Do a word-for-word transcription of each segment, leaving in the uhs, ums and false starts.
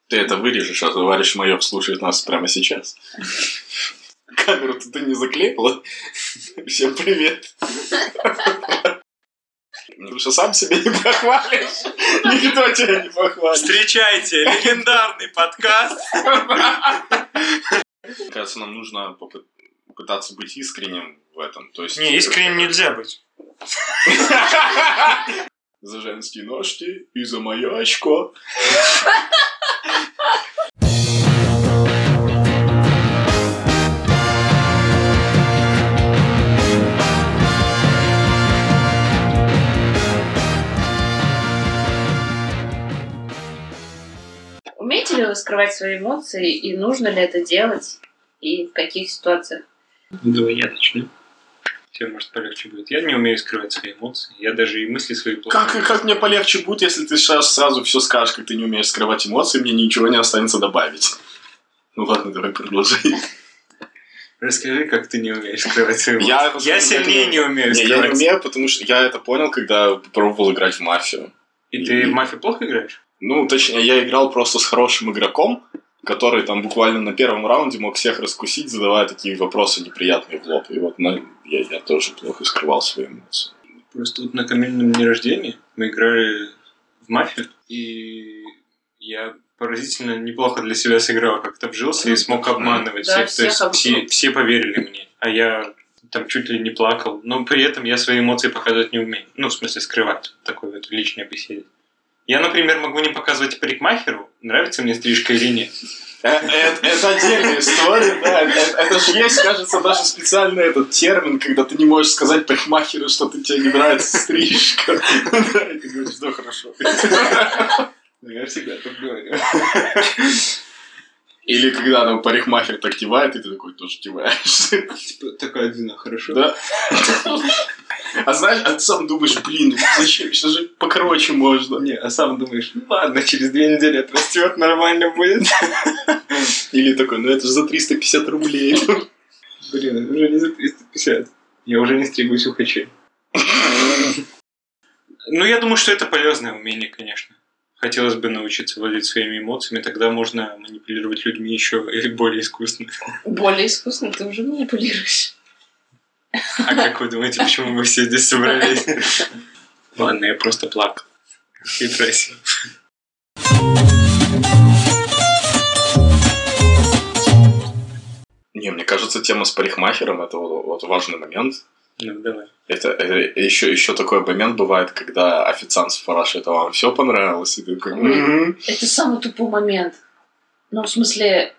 Ты это вырежешь, а товарищ майор слушает нас прямо сейчас. Камеру-то ты не заклеила? Всем привет. Потому что сам себя не похвалишь. Никто тебя не похвалит. Встречайте, легендарный подкаст. Мне кажется, нам нужно попытаться быть искренним в этом. То есть... Не, искренним нельзя быть. За женские ножки и за мое очко. Умеете ли вы скрывать свои эмоции, и нужно ли это делать, и в каких ситуациях? Давай я начну. Тебе, может, полегче будет. Я не умею скрывать свои эмоции. Я даже и мысли свои плохо. Как, как мне полегче будет, если ты сейчас сразу все скажешь, как ты не умеешь скрывать эмоции, мне ничего не останется добавить. Ну ладно, давай продолжи. Расскажи, как ты не умеешь скрывать свои эмоции. Я, я сильнее не умею не, скрывать. Я не умею, потому что я это понял, когда пробовал играть в мафию. И, и ты в мафию плохо играешь? Ну, точнее, я играл просто с хорошим игроком, который там буквально на первом раунде мог всех раскусить, задавая такие вопросы неприятные в лоб. И вот ну, я, я тоже плохо скрывал свои эмоции. Просто вот на каминном дне рождения мы играли в мафию, и я поразительно неплохо для себя сыграл, как-то вжился и смог обманывать да, всех. всех. То есть все, все поверили мне, а я там чуть ли не плакал. Но при этом я свои эмоции показывать не умею. Ну, в смысле, скрывать в такой вот личной беседе. Я, например, могу не показывать парикмахеру, нравится мне стрижка или нет. Это отдельная история, да. Это же есть, кажется, даже специальный этот термин, когда ты не можешь сказать парикмахеру, что тебе не нравится стрижка. Да, и ты говоришь, да, хорошо. Я всегда так говорю. Или когда там парикмахер так кивает, и ты такой тоже киваешь. Типа, такая длина, хорошо? Да. А знаешь, а ты сам думаешь, блин, ну зачем? Сейчас же покороче можно. Не, а сам думаешь, ну ладно, через две недели отрастет, нормально будет. Или такой, ну это же за триста пятьдесят рублей. Блин, уже не за триста пятьдесят. Я уже не стригусь у хачей. Ну, я думаю, что это полезное умение, конечно. Хотелось бы научиться владеть своими эмоциями, тогда можно манипулировать людьми еще и более искусно. Более искусно ты уже манипулируешь. А как вы думаете, почему мы все здесь собрались? Ладно, я просто плакал. И просил. Не, мне кажется, тема с парикмахером это вот, вот важный момент. Ну, давай. Это, это еще, еще такой момент бывает, когда официант спрашивает, а вам все понравилось? И ты такой, mm-hmm. Это самый тупой момент. Ну, в смысле,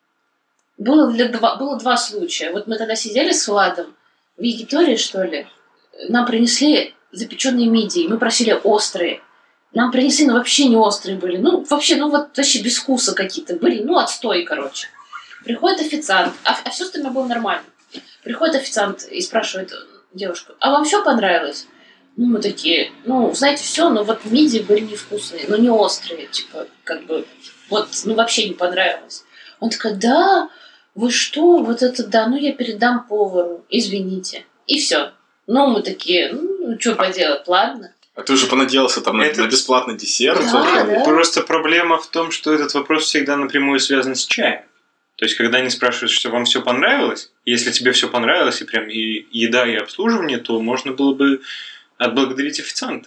было, для два, было два случая. Вот мы тогда сидели с Владом в Египтории, что ли, нам принесли запеченные мидии, мы просили острые. Нам принесли, ну, вообще не острые были. Ну, вообще, ну, вот вообще без вкуса какие-то были. Ну, отстой, короче. Приходит официант, а, а все остальное было нормально. Приходит официант и спрашивает девушку, а вам все понравилось? Ну, мы такие, ну, знаете, все, но вот мидии были невкусные, но не острые, типа, как бы, вот, ну, вообще не понравилось. Он такой, да, вы что, вот это да, ну, я передам повару, извините. И все. Ну, мы такие, ну, что поделать, ладно. А ты уже понадеялся там это... на бесплатный десерт? Да, да. Просто проблема в том, что этот вопрос всегда напрямую связан с чаем. То есть, когда они спрашивают, что вам все понравилось, если тебе все понравилось, и прям и еда, и обслуживание, то можно было бы отблагодарить официанта.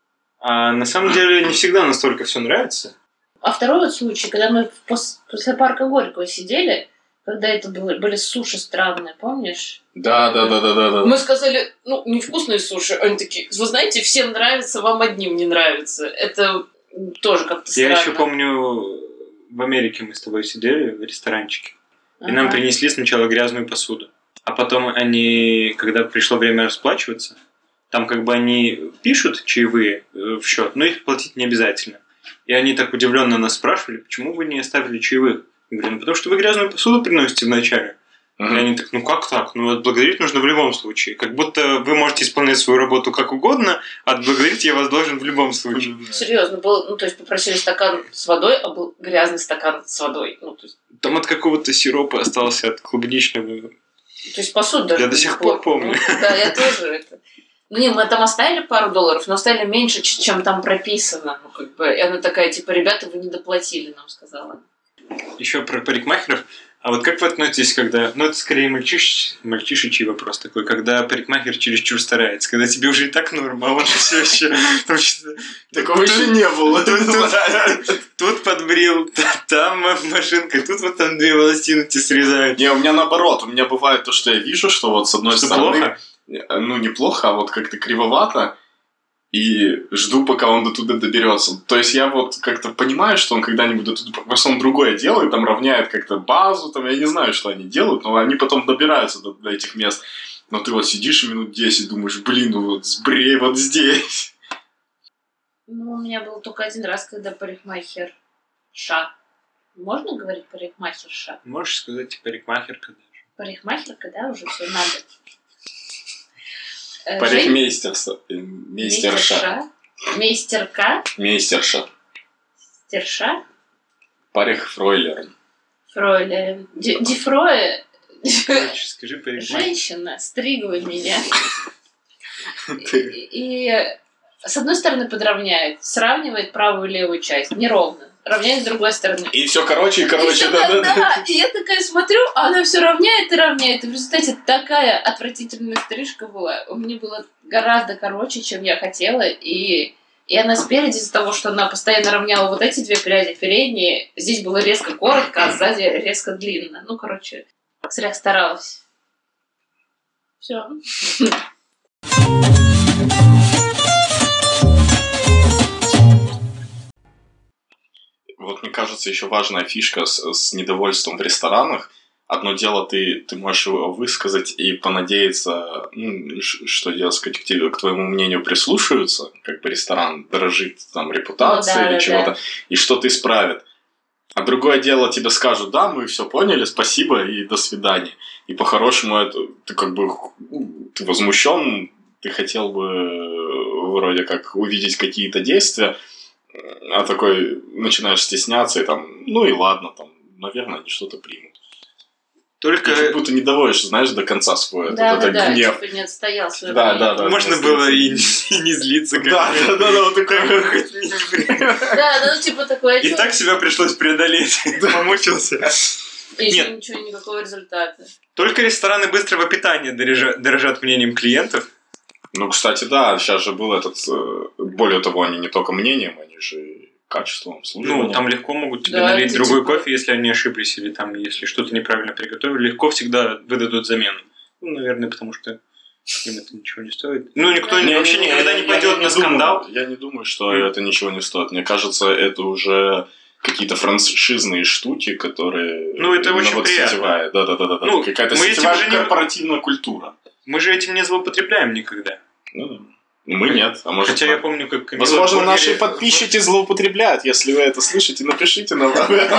А на самом деле не всегда настолько все нравится. А второй вот случай, когда мы пос- после парка Горького сидели, когда это было, были суши странные, помнишь? Да, да, да, да, да, да. Мы сказали, ну, невкусные суши. Они такие, вы знаете, всем нравится, вам одним не нравится. Это тоже как-то странно. Я еще помню, в Америке мы с тобой сидели в ресторанчике, ага. И нам принесли сначала грязную посуду. А потом они, когда пришло время расплачиваться, там как бы они пишут чаевые в счет, но их платить не обязательно. И они так удивленно нас спрашивали, почему вы не оставили чаевых? Я говорю, ну потому что вы грязную посуду приносите вначале. Uh-huh. И они так, ну как так? Ну отблагодарить нужно в любом случае. Как будто вы можете исполнять свою работу как угодно, а отблагодарить я вас должен в любом случае. Серьезно, был, ну то есть попросили стакан с водой, а был грязный стакан с водой. Ну, то есть... Там от какого-то сиропа остался, от клубничного. То есть посуда даже. Я до сих пор помню. Ну, да, я тоже это. Не, мы там оставили пару долларов, но оставили меньше, чем там прописано. Ну, как бы, и она такая, типа, ребята, вы не доплатили, нам сказала. Еще про парикмахеров. А вот как вы относитесь, когда... Ну, это скорее мальчиш... мальчишечий вопрос такой, когда парикмахер чересчур старается, когда тебе уже и так норм, а он же все еще... Такого еще не было. Тут подбрил, там машинка, тут вот там две волосины тебе срезают. Не, у меня наоборот. У меня бывает то, что я вижу, что вот с одной стороны... Ну, неплохо, а вот как-то кривовато. И жду, пока он до туда доберется. То есть я вот как-то понимаю, что он когда-нибудь до туда... Просто он другое делает, там равняет как-то базу, там я не знаю, что они делают, но они потом добираются до, до этих мест. Но ты вот сидишь минут десять, думаешь, блин, ну вот сбрей вот здесь. Ну, у меня был только один раз, когда парикмахерша. Можно говорить парикмахерша? Можешь сказать парикмахерка даже. Парикмахерка, да, уже все надо. Парикмейстерша. Мейстерша. Мейстерка. Мейстерша. Стерша. Парикфройлер. Фройлер. Дифрое. Скажи парикмахер. Женщина стригла меня. И с одной стороны подровняет, сравнивает правую и левую часть. Неровно. Равняет с другой стороны. И все короче и короче, и да, да, да, да. И я такая смотрю, а она все равняет и равняет. И в результате такая отвратительная стрижка была. У меня было гораздо короче, чем я хотела. И, и она спереди, из-за того, что она постоянно равняла вот эти две пряди передние, здесь было резко коротко, а сзади резко длинно. Ну, короче, зря старалась. Все. Вот мне кажется, еще важная фишка с, с недовольством в ресторанах. Одно дело, ты, ты можешь его высказать и понадеяться, ну, что, дескать, к, тебе, к твоему мнению прислушаются, как бы ресторан дорожит там репутацией, ну, да, или да, чего-то, да. И что-то исправит. А другое дело, тебе скажут, да, мы все поняли, спасибо и до свидания. И по-хорошему это, ты как бы ты возмущен, ты хотел бы вроде как увидеть какие-то действия, а такой начинаешь стесняться, и там, ну и ладно, там, наверное, они что-то примут. Только... И как будто не доводишь, знаешь, до конца свой да, этот да, гнев. Да, типа не отстоял свой да, да, да, можно было и, и не злиться. Как да, да, да, да, вот такой... Да, ну типа такое... И так себя пришлось преодолеть, помучился. И еще ничего, никакого результата. Только рестораны быстрого питания дорожат мнением клиентов. Ну, кстати, да, сейчас же был этот... Более того, они не только мнением, они же и качеством обслуживания. Ну, там легко могут тебе да, налить другой типа... кофе, если они ошиблись, или там, если что-то неправильно приготовили. Легко всегда выдадут замену. Ну, наверное, потому что им это ничего не стоит. Ну, никто не, вообще не, никогда я, не пойдет я, на я скандал. Думаю, я не думаю, что mm. это ничего не стоит. Мне кажется, это уже... какие-то франшизные штуки, которые... Ну, это очень вот приятно. Сетевая. Да-да-да. Ну, какая-то сетевая корпоративная не... культура. Мы же этим не злоупотребляем никогда. Ну, мы нет. А может, хотя я помню, как... Возможно, наши подписчики злоупотребляют. Если вы это слышите, напишите нам об этом.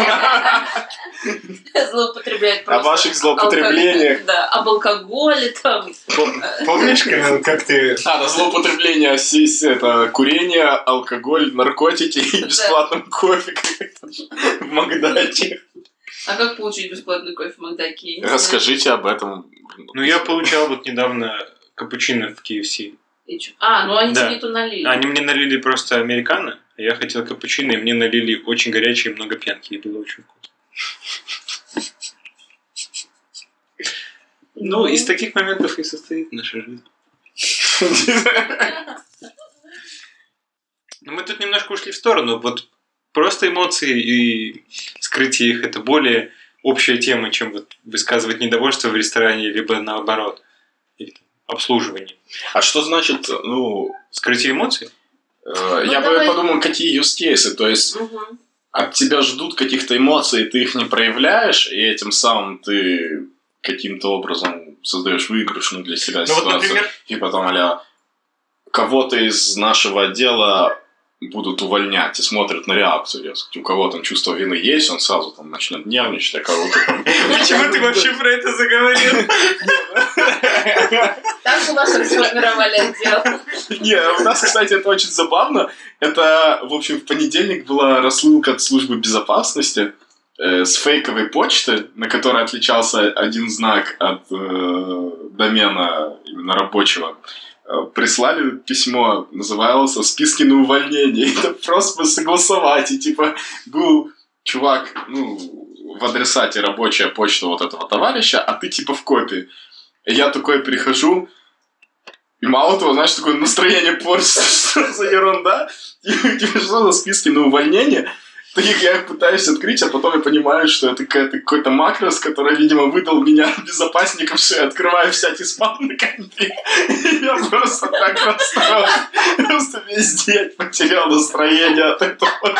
Злоупотребляют просто. О ваших злоупотреблениях. Да, об алкоголе там. Помнишь, как ты... А, да, злоупотребление, это курение, алкоголь, наркотики и бесплатный кофе в Макдаке. А как получить бесплатный кофе в Макдаке? Расскажите об этом. Ну, я получал вот недавно капучино в кей эф си. А, ну они да. тебе то налили. Они мне налили просто американо, а я хотел капучино, и мне налили очень горячие, много пенки, и было очень вкусно. Ну, из таких моментов и состоит наша жизнь. Но мы тут немножко ушли в сторону. Вот просто эмоции и скрытие их — это более общая тема, чем вот высказывать недовольство в ресторане, либо наоборот. Обслуживание. А что значит, ну... Скрытие эмоций? Э, ну, я давай... бы подумал, какие use cases. То есть, угу. от тебя ждут каких-то эмоций, ты их не проявляешь, и этим самым ты каким-то образом создаешь выигрышную для себя ну, ситуацию. Вот, например... И потом, а-ля, кого-то из нашего отдела будут увольнять и смотрят на реакцию. Дескать, у кого там чувство вины есть, он сразу там начнет нервничать, а кого-то там... Почему ты вообще про это заговорил? Так у нас расформировали отдел. Не, у нас, кстати, это очень забавно. Это, в общем, в понедельник была рассылка от службы безопасности с фейковой почты, на которой отличался один знак от домена именно рабочего. прислали письмо, называлось «Списки на увольнение». Это просто согласовать. И типа был чувак, ну, в адресате рабочая почта вот этого товарища, а ты типа в копии. И я такой прихожу, и мало того, знаешь, такое настроение портится, что за ерунда. Тебе что за списки на увольнение? Так я их пытаюсь открыть, а потом я понимаю, что это какой-то макрос, который, видимо, выдал меня безопасником, что я открываю всякий спам на компе. И я просто так расстроился. Просто весь день потерял настроение от этого.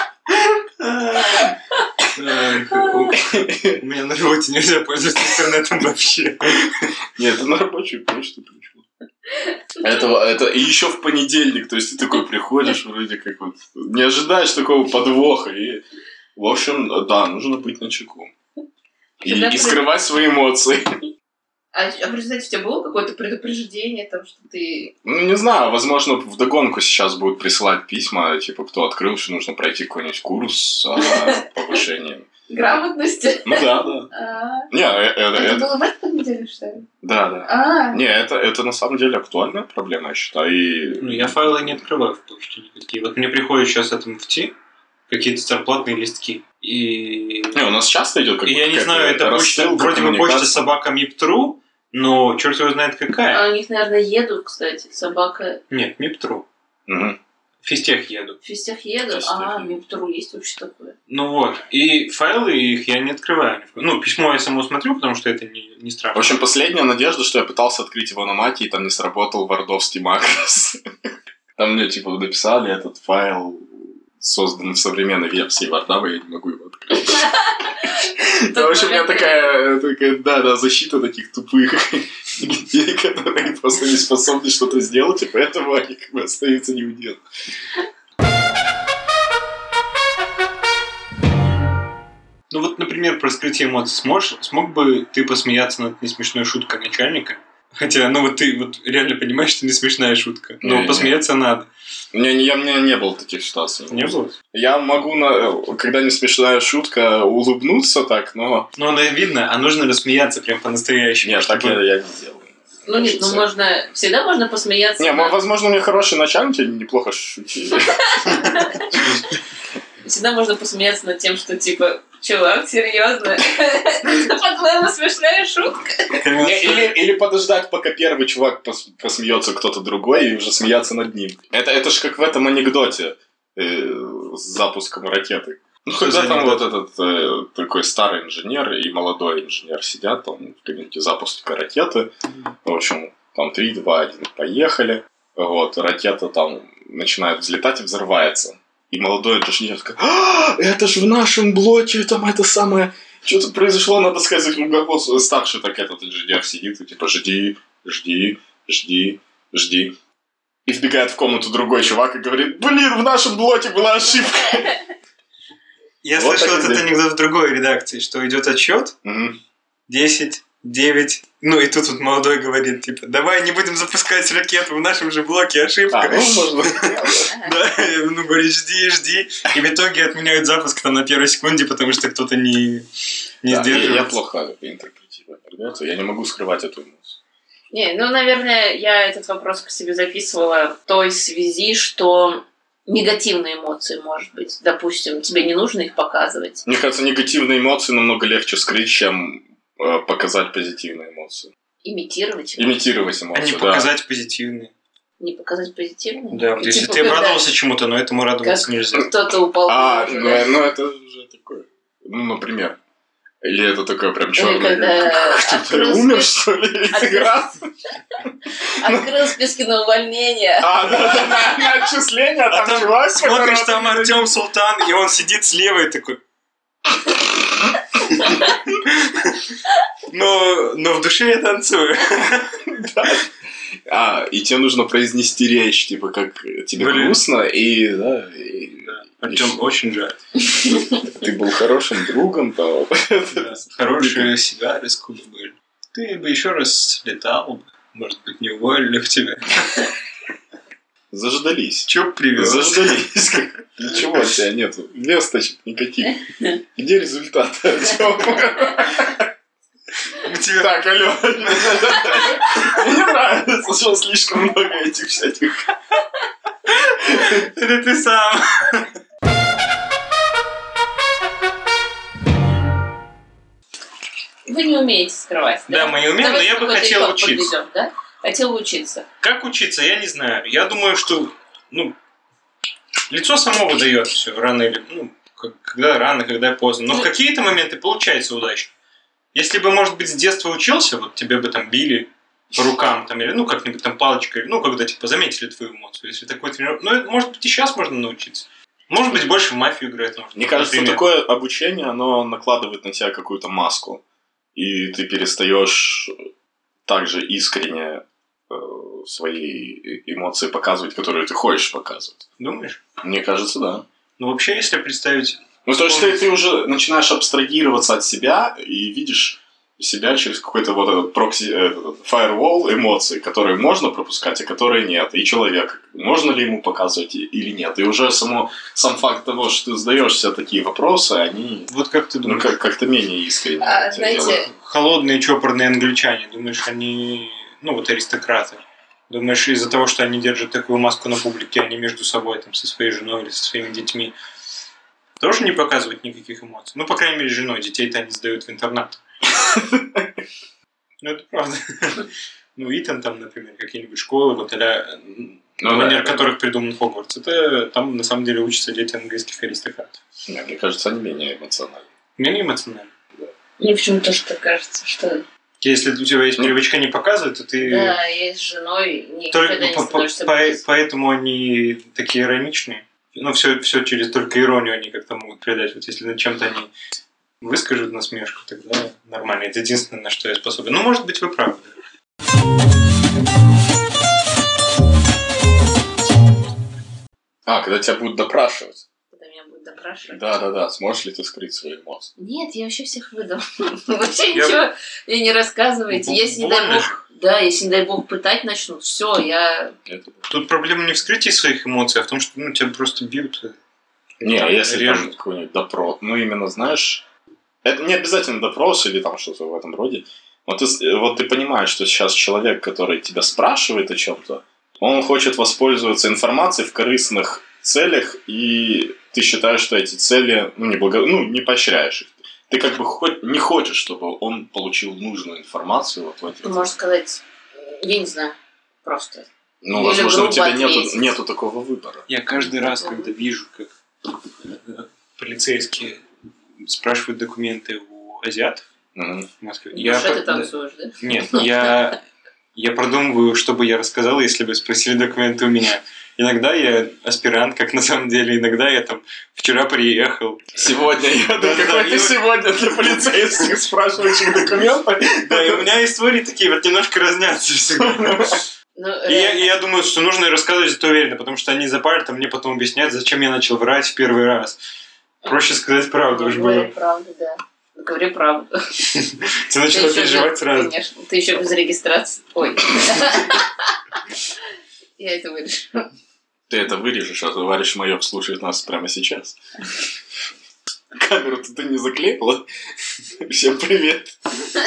У меня на работе нельзя пользоваться интернетом вообще. Нет, это на рабочую почту пришло. Это, это и еще в понедельник, то есть ты такой приходишь, вроде как вот не ожидаешь такого подвоха, и в общем, да, нужно быть начеку и, и скрывать свои эмоции. А, а в результате у тебя было какое-то предупреждение, там, что ты... Ну, не знаю, возможно, вдогонку сейчас будут присылать письма, типа, кто открыл, что нужно пройти какой-нибудь курс о повышении грамотности? Ну да, да. А-а-а. Не, это, это было в этом неделе, что ли? Да, да. А-а-а. Не, это, это на самом деле актуальная проблема, я считаю. И... Ну, я файлы не открываю в почте никакие. Вот мне приходит сейчас от эм эф ти какие-то зарплатные листки. И... Не, у нас часто идет как-то. И я не знаю, это почта, вроде бы почта собака мип.тру, но черт его знает какая. А у них, наверное, едут, кстати, собака... Нет, мип.тру. Угу. Физтех еду. Физтех еду? Физтех А, еду. мип.тру есть вообще такое? Ну вот. И файлы их я не открываю. Ну, письмо я само смотрю, потому что это не, не страшно. В общем, последняя надежда, что я пытался открыть его на маке, и там не сработал вардовский макрос. Там мне, типа, написали этот файл, создан в современной версии Варда, я не могу его открыть. В общем, у меня такая, да, да, защита таких тупых людей, которые просто не способны что-то сделать, и поэтому они как бы остаются неудел. Ну вот, например, про скрытие эмоций. Сможешь, смог бы ты посмеяться над несмешной шуткой начальника? Хотя, ну вот ты вот реально понимаешь, что не смешная шутка. Но не, посмеяться не. надо. Не, не, у меня не было таких ситуаций. Не было? Я могу, на, когда не смешная шутка, улыбнуться так, но... Ну, она видно, а нужно рассмеяться прям по-настоящему. Нет, чтобы... так я, я не делаю. Ну нет, ну можно... Всегда можно посмеяться. Не, на... возможно, у меня хороший начальник, я неплохо шутил. Всегда можно посмеяться над тем, что типа, чувак, серьезно? Это, по-твоему, смешная шутка? Или, или подождать, пока первый чувак пос, посмеется кто-то другой, и уже смеяться над ним. Это, это же как в этом анекдоте э, с запуском ракеты. Ну, Что когда за там анекдот? вот этот э, такой старый инженер и молодой инженер сидят там в кабинете запуска ракеты. В общем, там три, два, один, поехали. Вот, ракета там начинает взлетать и взрывается. И молодой инженер такой: а, это же в нашем блоке, там это самое... Что-то произошло, надо сказать, голос. Старший так этот инженер сидит и типа: жди, жди, жди, жди. И вбегает в комнату другой чувак и говорит: блин, в нашем блоке была ошибка. Я Вот слышал так и этот здесь. анекдот в другой редакции, что идет отчет, Угу. десять, девять, ну и тут вот молодой говорит, типа, давай не будем запускать ракету, в нашем же блоке ошибка. А, ну, можно. Да, ну, говорит, жди, жди. И в итоге отменяют запуск там на первой секунде, потому что кто-то не, не Да, я, сдерживается. я плохо интерпретирую информацию, я не могу скрывать эту эмоцию. Не, ну, наверное, я этот вопрос к себе записывала в той связи, что негативные эмоции, может быть. Допустим, тебе не нужно их показывать. Мне кажется, негативные эмоции намного легче скрыть, чем э, показать позитивные эмоции. Имитировать. Имитировать А эмоции, не да. показать позитивные. Не показать позитивные? Да, вот И если типа, ты когда обрадовался чему-то, но этому радоваться как нельзя. кто-то упал. А, в ну, лужу, да? ну это уже такое. Ну, например. Или это такое прям Или черное. когда Кто-то открыл умер, список- что ли? Или открыл- игра? Открыл списки на увольнение. А, да, да, на, на отчисление, а А там там чувак... смотришь, который- там Артем Султан, и он сидит слева и такой... Но, но в душе я танцую. Да. А, и тебе нужно произнести речь, типа, как тебе Блин. грустно, и, да, и... Артем, очень жаль. Ты был хорошим другом, то... Хорошие сигары с Кубы были. Ты бы еще раз летал бы. Может быть, не уволили в тебя. Заждались. Чё привез? Заждались. Ничего у тебя нету. Весточек никаких. Где результаты, Артём? У тебя... Так, алло. Мне нравится, что слишком много этих всяких. Это ты сам. Вы не умеете скрывать, да? Да, мы не умеем, но я бы хотел учиться. Подведем, да? Хотел учиться. Как учиться, я не знаю. Я думаю, что ну, лицо само выдает все рано или ну, когда рано, когда поздно. Но в какие-то моменты получается удачно. Если бы, может быть, с детства учился, вот тебе бы там били по рукам, там, или ну как-нибудь там палочкой, ну, когда типа заметили твою эмоцию. Если такой тренер. Ну, может быть, и сейчас можно научиться. Может быть, больше в мафию играть нужно. Мне кажется, например. такое обучение, оно накладывает на тебя какую-то маску. И ты перестаешь также искренне э, свои эмоции показывать, которые ты хочешь показывать. Думаешь? Мне кажется, да. Ну, вообще, если представить... Ну, то есть ты, ты уже начинаешь абстрагироваться от себя и видишь себя через какой-то вот этот прокси, этот firewall эмоций, которые можно пропускать, а которые нет. И человек, можно ли ему показывать или нет. И уже само, сам факт того, что ты задаешь себе такие вопросы, они Вот как ты думаешь? ну, как- как-то менее искренне. А, это знаете, делают. Холодные, чопорные англичане, думаешь, они, ну вот аристократы, думаешь, из-за того, что они держат такую маску на публике, они между собой, там, со своей женой или со своими детьми, тоже не показывают никаких эмоций? Ну, по крайней мере, женой, детей-то они сдают в интернат. Ну, это правда. Ну, Итан там, например, какие-нибудь школы, вот а-ля, Ну, на манер да, да. которых придуман Хогвартс, это там на самом деле учатся дети английских аристократов. Не, мне кажется, они менее эмоциональны. Мне не эмоционально. мне почему-то тоже так кажется, что Если у тебя есть Ну. привычка не показывать, то ты... да, я с женой Только никогда не по- по- становишься по- близко. поэтому они такие ироничные. Ну, все, все через только иронию они как-то могут передать. Вот если над чем-то они выскажут насмешку, тогда нормально. Это единственное, на что я способен. Ну, может быть, вы правы. А, когда тебя будут допрашивать. Когда меня будут допрашивать. Да-да-да, сможешь ли ты скрыть свои эмоции? Нет, я вообще всех выдам. Вообще Я- ничего мне не рассказывайте. Бо- Если, не дай больно бог, да, если, не дай бог, пытать начнут, все, я... Это... Тут проблема не в вскрытии своих эмоций, а в том, что ну, тебя просто бьют. Не, а если там режут. какой-нибудь допрос, ну именно, знаешь, это не обязательно допрос или там что-то в этом роде. Вот ты, с- вот ты понимаешь, что сейчас человек, который тебя спрашивает о чем-то, он хочет воспользоваться информацией в корыстных целях, и ты считаешь, что эти цели, ну, не, благо... ну, не поощряешь их. Ты как бы хоть не хочешь, чтобы он получил нужную информацию вот в этих... Можно сказать, я не знаю, просто. Ну, или возможно, у грубо тебя нету, ответить. нету такого выбора. Я каждый раз, когда вижу, как э, полицейские спрашивают документы у азиатов Мгм. в Москве, Я я... что ты по- танцуешь, да? Нет, я, я продумываю, что бы я рассказал, если бы спросили документы у меня. Иногда я аспирант, как на самом деле, иногда я там вчера приехал. Сегодня я... Да, да, Какой и ты вот- сегодня для полицейских спрашивающих документы? Да, и у меня истории такие вот немножко разнятся всегда. Ну, И я, реально. и я думаю, что нужно рассказывать это уверенно, потому что они запарят, а мне потом объяснять, зачем я начал врать в первый раз. Проще сказать правду уж Говори было. правду, да. Говори правду. Ты начала ещё переживать без- сразу. Конечно. Ты еще без регистрации. Ой. Я это вырежу. Ты это вырежешь, а товарищ майор слушает нас прямо сейчас. Камеру-то ты не заклеила? Всем привет.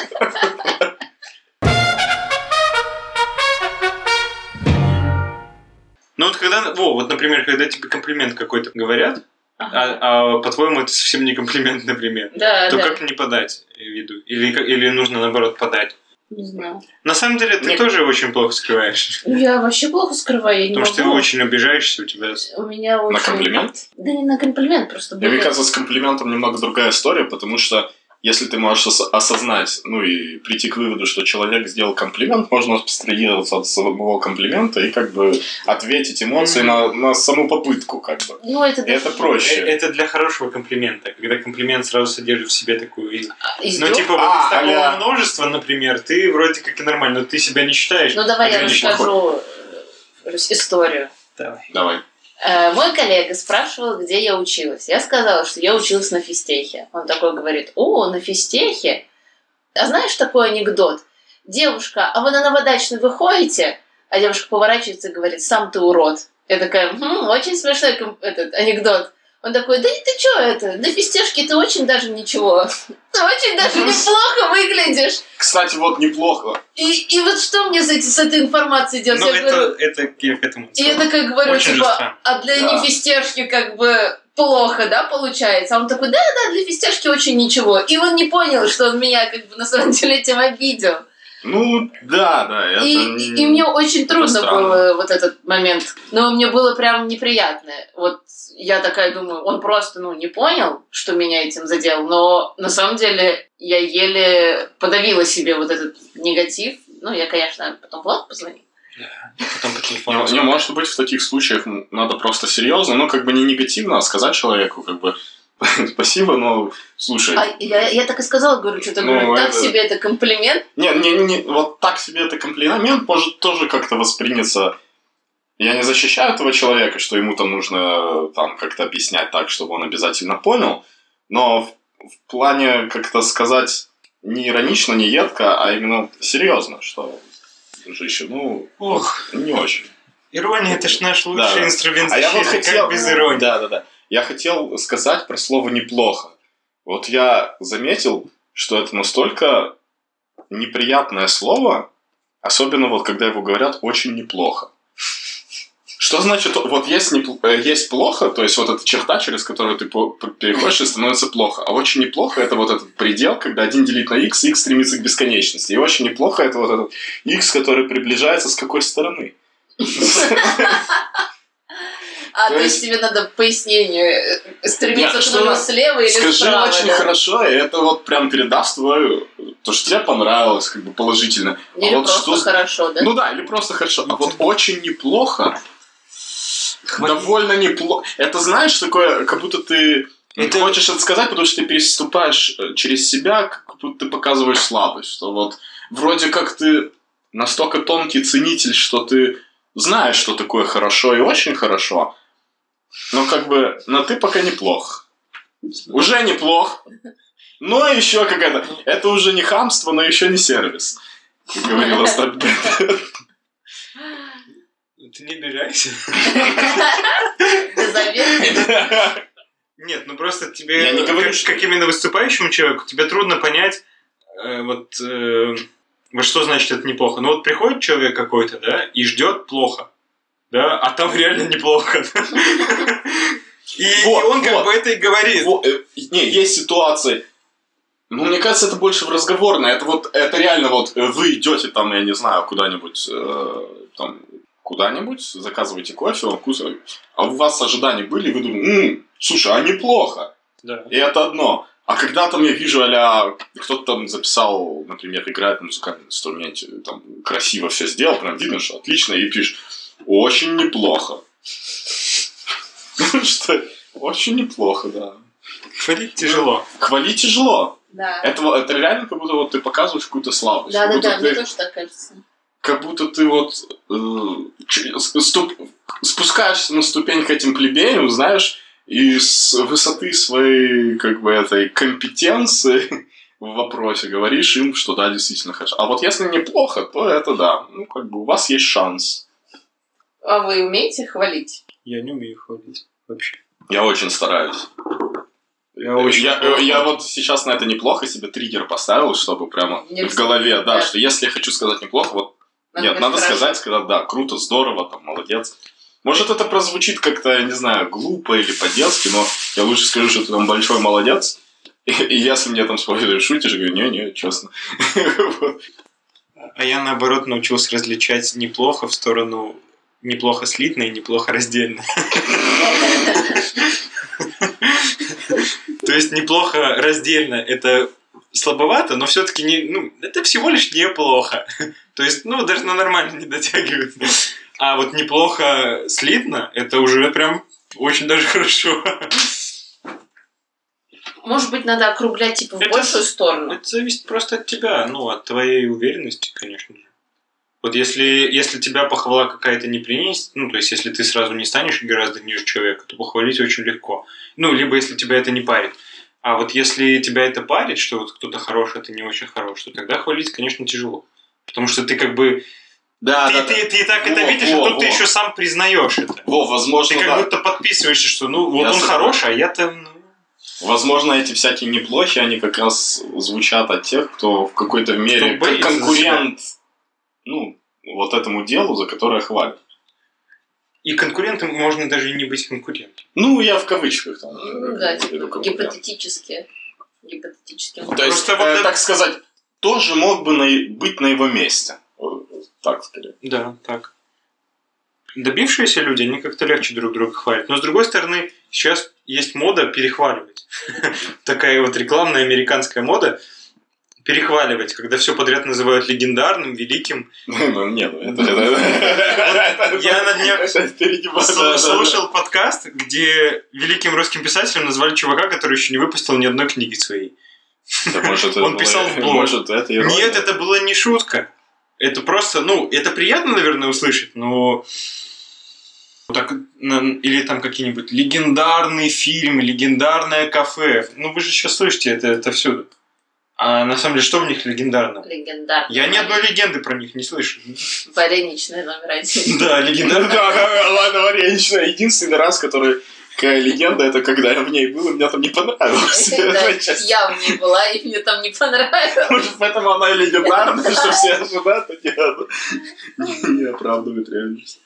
Ну вот когда, во, вот, например, когда тебе комплимент какой-то говорят, Ага. а, а по-твоему это совсем не комплимент, например, Да, то да. как не подать виду? Или, как- или нужно, наоборот, подать? Не знаю. На самом деле, ты Мне- тоже очень плохо скрываешь. Ну, я вообще плохо скрываю, я не Потому что ты могу. очень обижаешься, у тебя... У меня очень... На комплимент? Да не на комплимент, просто И, мне были- кажется, с комплиментом немного другая история, потому что если ты можешь ос- осознать, ну и прийти к выводу, что человек сделал комплимент, можно абстрагироваться от самого комплимента и как бы ответить эмоции на, на саму попытку, как бы. Ну, это... И это Э, проще. Это для хорошего комплимента, когда комплимент сразу содержит в себе такую... и- Ну, Издёв- типа, вот А, из такого а-ля. множества, например, ты вроде как и нормально, но ты себя не считаешь. Ну, давай я ограниченным. расскажу э, историю. Давай. Давай. Э, Мой коллега спрашивал, где я училась. Я сказала, что я училась на физтехе. Он такой говорит: о, на физтехе? А знаешь такой анекдот? Девушка, а вы на новодачный выходите? А девушка поворачивается и говорит: сам ты урод. Я такая: «Хм, очень смешной ком- этот анекдот. Он такой, да и ты чё это? На фистешке ты очень даже ничего. Ты очень даже неплохо выглядишь. Кстати, вот неплохо. И, и вот что мне с, эти, с этой информацией делать? Ну, Я это, говорю, это я к этому и я такая говорю, Очень же типа, странно. а для Да. нефистешки как бы плохо, да, получается? А он такой, да-да, для фистешки очень ничего. И он не понял, что он меня как бы на самом деле этим обидел. Ну, да, да, это... И, не- и мне очень это трудно странно. было вот этот момент. Но мне было прям неприятно. Вот я такая думаю, он просто, ну, не понял, что меня этим задел, но на самом деле я еле подавила себе вот этот негатив. Ну, я, конечно, потом Влад позвонил. Потом по телефону. Не, не, может быть, в таких случаях м, надо просто серьезно, ну, как бы не негативно, а сказать человеку, как бы, спасибо, но, слушай... А я, я так и сказала, говорю, что-то Ну, говорю, так это- себе это комплимент. Не, не, не, вот так себе это комплимент может тоже как-то восприняться... Я не защищаю этого человека, что ему там нужно там как-то объяснять так, чтобы он обязательно понял, но в, в плане как-то сказать не иронично, не едко, а именно серьезно, что, дружище, ну, Ох, не очень. ирония это ж наш лучший Да, да. инструмент А я защиты, вот хотел... как без иронии. Да, да, да. Я хотел сказать про слово «неплохо». Вот я заметил, что это настолько неприятное слово, особенно вот когда его говорят «очень неплохо». Что значит, вот есть, непл- э, есть плохо, то есть вот эта черта, через которую ты по- п- переходишь, и становится плохо. А очень неплохо это вот этот предел, когда один делить на x, и x стремится к бесконечности. И очень неплохо это вот этот x, который приближается с какой стороны. А, То то есть- есть тебе надо пояснение, э, стремиться Нет, к что- нулю слева или Скажи справа. очень да? хорошо, и это вот прям передаст твою... То, что тебе понравилось, как бы положительно. Или а вот просто что... хорошо, да? Ну да, или просто хорошо. А вот очень неплохо, довольно неплохо. Это знаешь, такое, как будто ты Это- хочешь это сказать, потому что ты переступаешь э, через себя, как будто ты показываешь слабость. Что вот вроде как ты настолько тонкий ценитель, что ты знаешь, что такое хорошо и очень хорошо, но как бы, но ты пока неплох. Уже неплох. Но еще какая-то... Это уже не хамство, но еще не сервис. Как говорила Стаббет. Ты не обижайся. Ты заметил? Нет, ну просто тебе, Я не говорю, как, что- как именно выступающему человеку, тебе трудно понять, э, вот, э, вот что значит это неплохо. Ну вот приходит человек какой-то, да, и ждет плохо, да, а там реально неплохо. И, Вот, и он как вот. бы это и говорит. Во- э, Не, есть ситуации. Ну, мне кажется, это больше в разговорное. Это вот, это реально вот э, вы идете там, я не знаю, куда-нибудь, э, там, куда-нибудь, заказываете кофе, он вкусный, а у вас ожидания были, и вы думаете, «М, слушай, а неплохо. Да. И это одно. А когда там я вижу, а кто-то там записал, например, играет на музыкальном инструменте, там красиво все сделал, прям видно, что отлично, и пишешь, очень неплохо. Что? Очень неплохо, да. Хвалить тяжело. Хвалить тяжело. Да. Это, вот- это реально как будто вот ты показываешь какую-то слабость. Да, Как да, будто да, мне ты- тоже так кажется. Как будто ты вот э, ч- ступ- спускаешься на ступень к этим плебеям, знаешь, и с высоты своей, как бы, этой компетенции в вопросе говоришь им, что да, действительно хорошо. А вот если неплохо, то это да. Ну, как бы у вас есть шанс. А вы умеете хвалить? Я не умею хвалить вообще. Я очень стараюсь. Я очень я, плохо. я вот сейчас на это неплохо себе триггер поставил, чтобы прямо Не в голове, да, да. что если я хочу сказать неплохо, вот нет, надо хорошо. сказать, сказать, да, круто, здорово, там, молодец. Может, это прозвучит как-то, я не знаю, глупо или по-детски, но я лучше скажу, что ты там большой молодец. И, и если мне там спойлеры шутишь, я говорю, не-не, честно. Вот. А я, наоборот, научился различать неплохо в сторону неплохо слитно и неплохо раздельно. То есть неплохо раздельно это слабовато, но все-таки не, ну, это всего лишь неплохо. То есть, ну, даже на нормально не дотягивает. А вот неплохо слитно это уже прям очень даже хорошо. Может быть, надо округлять типа в Это- большую сторону. Это зависит просто от тебя, ну, от твоей уверенности, конечно же. Вот если, если тебя похвала какая-то не принесет, ну, то есть, если ты сразу не станешь гораздо ниже человека, то похвалить очень легко. Ну, либо если тебя это не парит. А вот если тебя это парит, что вот кто-то хороший, а ты не очень хорош, то тогда хвалить, конечно, тяжело. Потому что ты как бы Да, ты, да, ты, да. ты и так Во, это видишь, во, а тут во. ты еще сам признаешь это. Во, возможно, Ты как да. будто подписываешься, что ну вот Я он согласен. хороший, а я-то... Ну... Возможно, эти всякие неплохие, они как раз звучат от тех, кто в какой-то мере Кто боится за конкурент, ну, вот этому делу, за которое хвалят. И конкурентом можно даже и не быть конкурентом. Ну, я в кавычках там. Ну да, веду типа, конкурент. гипотетически. Гипотетически. То есть, Просто вот э, это- так сказать, тоже мог бы на- быть на его месте. Вот так скорее. Да, так. Добившиеся люди, они как-то легче друг друга хвалят. Но с другой стороны, сейчас есть мода перехваливать. Такая вот рекламная американская мода. Перехваливать, когда все подряд называют легендарным, великим. Ну, нет, это... это- Я на днях это перегибаю. Слу- Слушал подкаст, где великим русским писателем назвали чувака, который еще не выпустил ни одной книги своей. Да, может, это Он было- писал в блог. Может, это ирония? Нет, это была не шутка. Это просто, ну, это приятно, наверное, услышать, но... Так, на- или там какие-нибудь легендарный фильм, легендарное кафе. Ну, вы же сейчас слышите это, это всюду. А на самом деле, что в них легендарно? Легендарный. Я ни одной легенды про них не слышу. Вареничный номер один. Да, Да, легендарная. да, да, ладно, вареничная. Единственный раз, который какая легенда, это когда я в ней был, и мне там не понравилось. Да, Честно. я в ней была, и мне там не понравилось. Может, поэтому она и легендарная, что все ожидают, а не, не оправдывает реальность.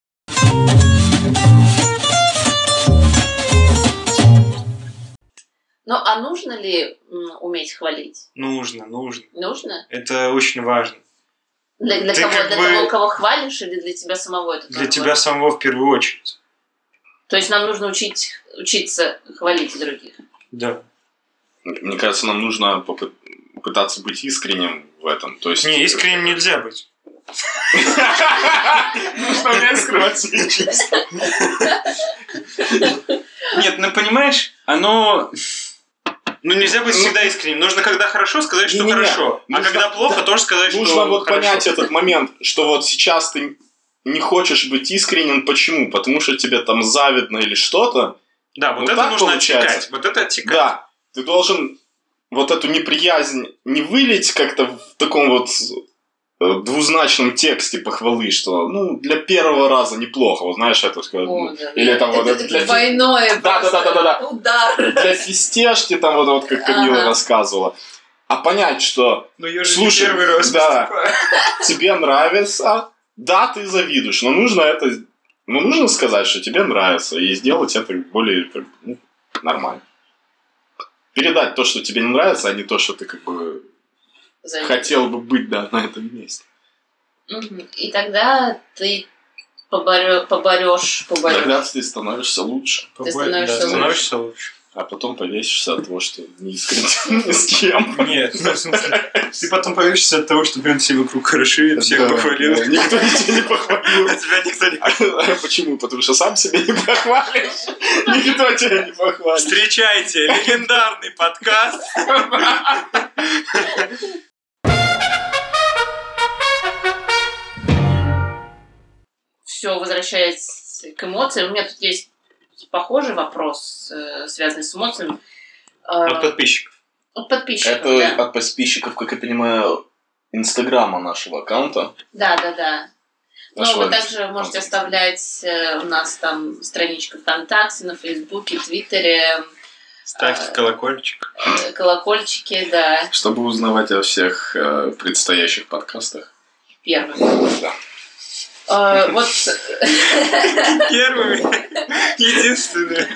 Ну, а нужно ли м, уметь хвалить? Нужно, нужно. Нужно? Это очень важно. Для, для Ты кого? как Для бы- того, кого хвалишь, или для тебя самого это Для тоже тебя важно? самого в первую очередь. То есть нам нужно учить, учиться хвалить других. Да. Мне кажется, нам нужно попы- пытаться быть искренним в этом. То есть... Не, искренним нельзя быть. Нужно уметь скрывать свои чувства. Нет, ну понимаешь, оно... Ну нельзя быть всегда искренним. Нужно, когда хорошо, сказать, что Не-не-не. хорошо. А Нужно- когда плохо, да. тоже сказать, что Нужно вот хорошо. понять этот момент, что вот сейчас ты не хочешь быть искренним. Почему? Потому что тебе там завидно или что-то. Да, вот Вот это так нужно получается. отсекать. Вот это отсекать. Да, ты должен вот эту неприязнь не вылить как-то в таком вот э, двузначном тексте похвалы, что, ну, для первого раза неплохо, вот знаешь, это сказать. О, ну, да. или там вот это, это для, это фи- двойное Да, просто да, да, да, да. удар. для фистешки, там вот, вот как Камила Ага. рассказывала. А понять, что Но я же Слушай, не первый раз да. выступаю. тебе нравится, да, ты завидуешь, но нужно это, ну, нужно сказать, что тебе нравится, и сделать это более как бы, ну, нормально. Передать то, что тебе не нравится, а не то, что ты как бы Завидую. хотел бы быть, да, на этом месте. Мгм. И тогда ты поборё- поборешь, поборешь. Тогда ты становишься лучше, Ты становишься Да, лучше. становишься лучше. а потом повесишься от того, что не искренне ни с кем. Нет, ну, в смысле, ты потом повесишься от того, что, блин, все вокруг хороши, всех Да, похвалил. да, никто тебя не похвалил. А тебя никто не... А почему? Потому что сам себя не похвалишь. Никто тебя не похвалит. Встречайте, легендарный подкаст. Все, возвращаясь к эмоциям, у меня тут есть похожий вопрос, э, связанный с эмоциями. Э, От подписчиков. От подписчиков, Это да. от подписчиков, как я понимаю, инстаграма нашего аккаунта. Да, да, да. Но Нашего вы также можете аккаунта. оставлять э, у нас там страничка ВКонтакте, на Фейсбуке, Твиттере, Ставьте А, колокольчик. э, колокольчики, да, Чтобы узнавать о всех э, предстоящих подкастах. первыми. Да. Э, Вот Первыми. Единственные.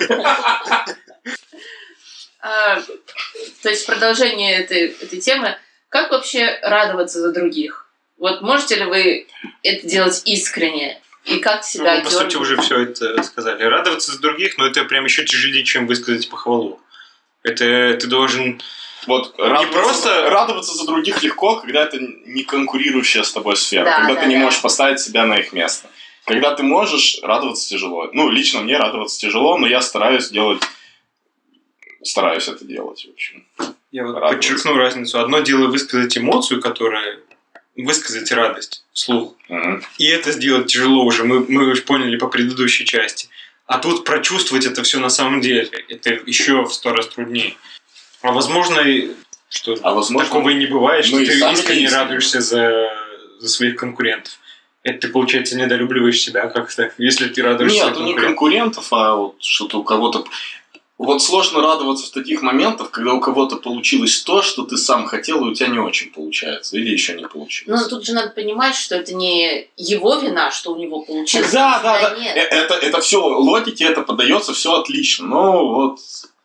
А, то есть в продолжение этой, этой темы, как вообще радоваться за других? Вот можете ли вы это делать искренне? И как себя Ну, по сути, дёргать? уже все это сказали. Радоваться за других, но это прям еще тяжелее, чем высказать похвалу. Это ты должен... Вот радоваться, просто- радоваться за других легко, когда это не конкурирующая с тобой сфера. Да, когда да, ты не да. можешь поставить себя на их место. Когда ты можешь, радоваться тяжело. Ну, лично мне радоваться тяжело, но я стараюсь делать... Стараюсь это делать, в общем. Я вот Радоваться. подчеркну разницу. Одно дело высказать эмоцию, которая... Высказать радость вслух. Мгм. И это сделать тяжело уже. Мы, мы уже поняли по предыдущей части. А тут прочувствовать это все на самом деле. Это еще в сто раз труднее. А возможно, и- что А возможно, такого и не бывает, что мы и ты сами искренне искренне. радуешься за, за своих конкурентов. Это ты, получается, недолюбливаешь себя как-то, если ты радуешься Нет, не конкурентов, а вот что-то у кого-то... Вот сложно радоваться в таких моментах, когда у кого-то получилось то, что ты сам хотел, и у тебя не очень получается. Или еще не получилось. Ну, тут же надо понимать, что это не его вина, что у него получилось. Да, да, да. Нет. Это, это все логике, это подается, все отлично. Но вот...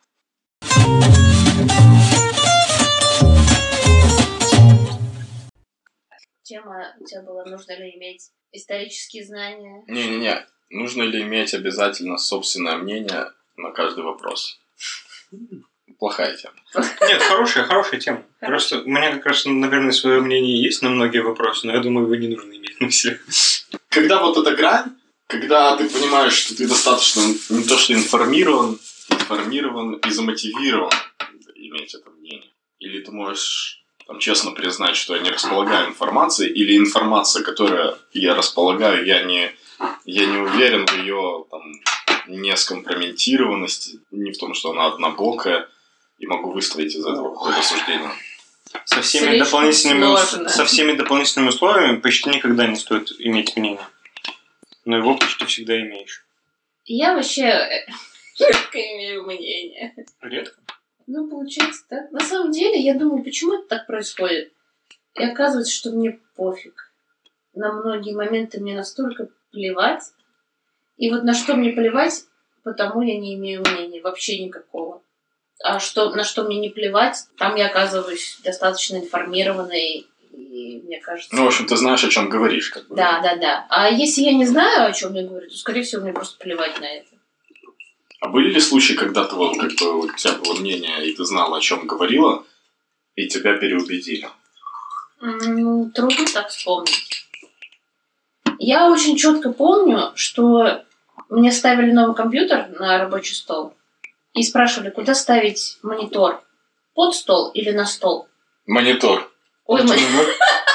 Тема у тебя была, нужно ли иметь исторические знания? Не-не-не. Нужно ли иметь обязательно собственное мнение на каждый вопрос? Плохая тема. Нет, хорошая, хорошая тема. Просто у меня как раз, наверное, свое мнение есть на многие вопросы, но я думаю, его не нужно иметь на всех. Когда вот эта грань, когда ты понимаешь, что ты достаточно не то что информирован, информирован и замотивирован иметь это мнение. Или ты можешь там, честно признать, что я не располагаю информацией, или информация, которой я располагаю, я не, я не уверен в ее там, не скомпрометированности, не в том, что она однобокая, и могу выстроить из этого какое-то суждение. Со всеми, дополнительными, ус... со всеми дополнительными условиями почти никогда не стоит иметь мнение. Но его почти всегда имеешь. Я вообще редко имею мнение. Редко? Ну, получается так. На самом деле, я думаю, почему это так происходит? И оказывается, что мне пофиг. На многие моменты мне настолько плевать. И вот на что мне плевать, потому я не имею мнения. Вообще никакого. А что, на что мне не плевать, там я оказываюсь достаточно информированной. И мне кажется... Ну, в общем, ты знаешь, о чем говоришь. Как бы. Да, да, да. А если я не знаю, о чем я говорю, то, скорее всего, мне просто плевать на это. А были ли случаи, когда ты, вот, как бы, у тебя было мнение, и ты знала, о чем говорила, и тебя переубедили? Ну, трудно так вспомнить. Я очень четко помню, что мне ставили новый компьютер на рабочий стол и спрашивали, куда ставить монитор. Под стол или на стол? Монитор. Ой, монитор.